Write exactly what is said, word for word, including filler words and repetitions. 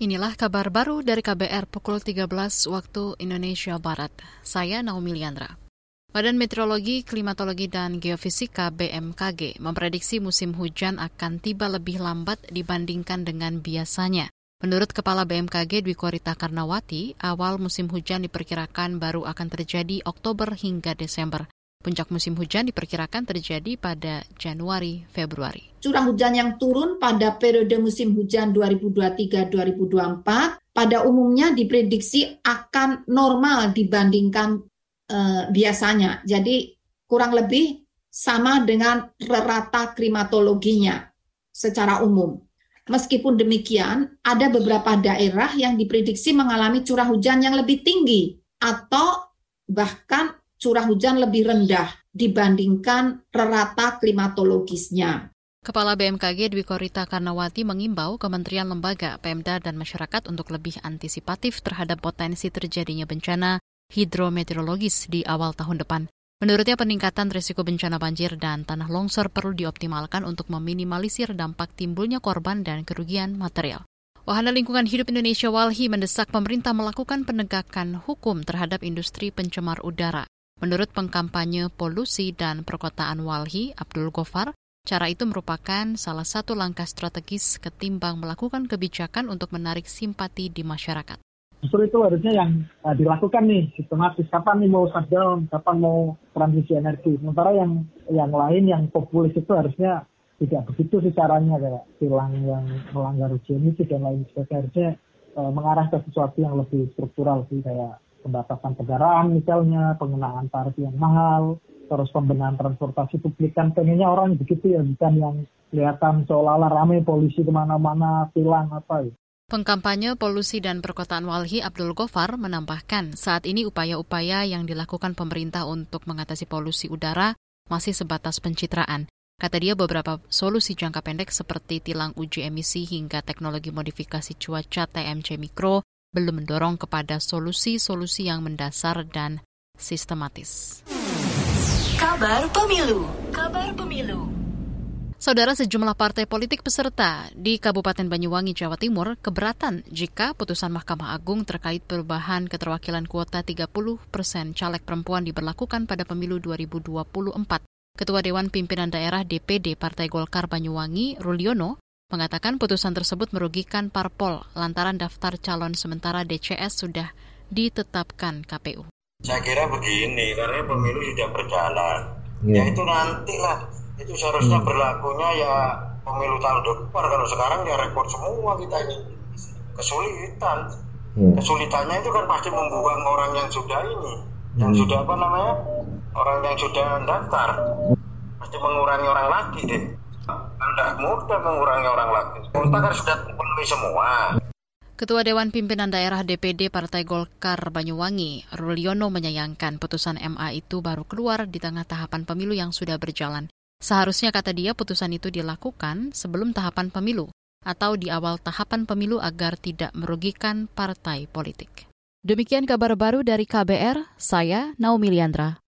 Inilah kabar baru dari K B R pukul tiga belas waktu Indonesia Barat. Saya Naomi Liandra. Badan Meteorologi, Klimatologi, dan Geofisika B M K G memprediksi musim hujan akan tiba lebih lambat dibandingkan dengan biasanya. Menurut Kepala B M K G Dwi Korita Karnawati, awal musim hujan diperkirakan baru akan terjadi Oktober hingga Desember. Puncak musim hujan diperkirakan terjadi pada Januari-Februari. Curah hujan yang turun pada periode musim hujan dua ribu dua puluh tiga dua ribu dua puluh empat pada umumnya diprediksi akan normal dibandingkan eh, biasanya. Jadi kurang lebih sama dengan rata klimatologinya secara umum. Meskipun demikian, ada beberapa daerah yang diprediksi mengalami curah hujan yang lebih tinggi atau bahkan curah hujan lebih rendah dibandingkan rata klimatologisnya. Kepala B M K G Dwi Korita Karnawati mengimbau kementerian lembaga, Pemda, dan masyarakat untuk lebih antisipatif terhadap potensi terjadinya bencana hidrometeorologis di awal tahun depan. Menurutnya peningkatan risiko bencana banjir dan tanah longsor perlu dioptimalkan untuk meminimalisir dampak timbulnya korban dan kerugian material. Wahana Lingkungan Hidup Indonesia Walhi mendesak pemerintah melakukan penegakan hukum terhadap industri pencemar udara. Menurut pengkampanye polusi dan perkotaan Walhi, Abdul Gofar, cara itu merupakan salah satu langkah strategis ketimbang melakukan kebijakan untuk menarik simpati di masyarakat. Justru itu harusnya yang uh, dilakukan nih, sistematis. Kapan nih mau shutdown, kapan mau transisi energi. Sementara yang yang lain, yang populis itu harusnya tidak begitu sih caranya, kayak tilang yang melanggar uji emisi dan lain sebagainya. Harusnya uh, mengarah ke sesuatu yang lebih struktural sih, kayak pembatasan kendaraan misalnya, penggunaan tarif yang mahal, terus pembenahan transportasi publik. Kan pengennya orang begitu ya, bukan yang kelihatan seolah-olah ramai polisi kemana-mana, tilang apa gitu. Pengkampanye polusi dan perkotaan Walhi Abdul Gofar menambahkan saat ini upaya-upaya yang dilakukan pemerintah untuk mengatasi polusi udara masih sebatas pencitraan. Kata dia beberapa solusi jangka pendek seperti tilang uji emisi hingga teknologi modifikasi cuaca T M C mikro belum mendorong kepada solusi-solusi yang mendasar dan sistematis. Kabar Pemilu. Kabar Pemilu. Saudara, sejumlah partai politik peserta di Kabupaten Banyuwangi, Jawa Timur keberatan jika putusan Mahkamah Agung terkait perubahan keterwakilan kuota tiga puluh persen caleg perempuan diberlakukan pada pemilu dua ribu dua puluh empat. Ketua Dewan Pimpinan Daerah D P D Partai Golkar Banyuwangi, Ruliono, mengatakan putusan tersebut merugikan parpol lantaran daftar calon sementara D C S sudah ditetapkan K P U. Saya kira begini, karena pemilu sudah berjalan, yeah. ya itu nantilah, itu seharusnya hmm. berlakunya ya pemilu tahun depan. Kalau sekarang ya rekor semua kita ini, kesulitan. Yeah. Kesulitannya itu kan pasti membuang orang yang sudah ini, hmm. yang sudah apa namanya, orang yang sudah daftar, pasti mengurangi orang lagi deh. Tidak mudah mengurangi orang lagi. Kita kan sudah memenuhi semua. Ketua Dewan Pimpinan Daerah D P D Partai Golkar Banyuwangi, Ruliono, menyayangkan putusan M A itu baru keluar di tengah tahapan pemilu yang sudah berjalan. Seharusnya, kata dia, putusan itu dilakukan sebelum tahapan pemilu atau di awal tahapan pemilu agar tidak merugikan partai politik. Demikian kabar baru dari K B R, saya Naomi Liandra.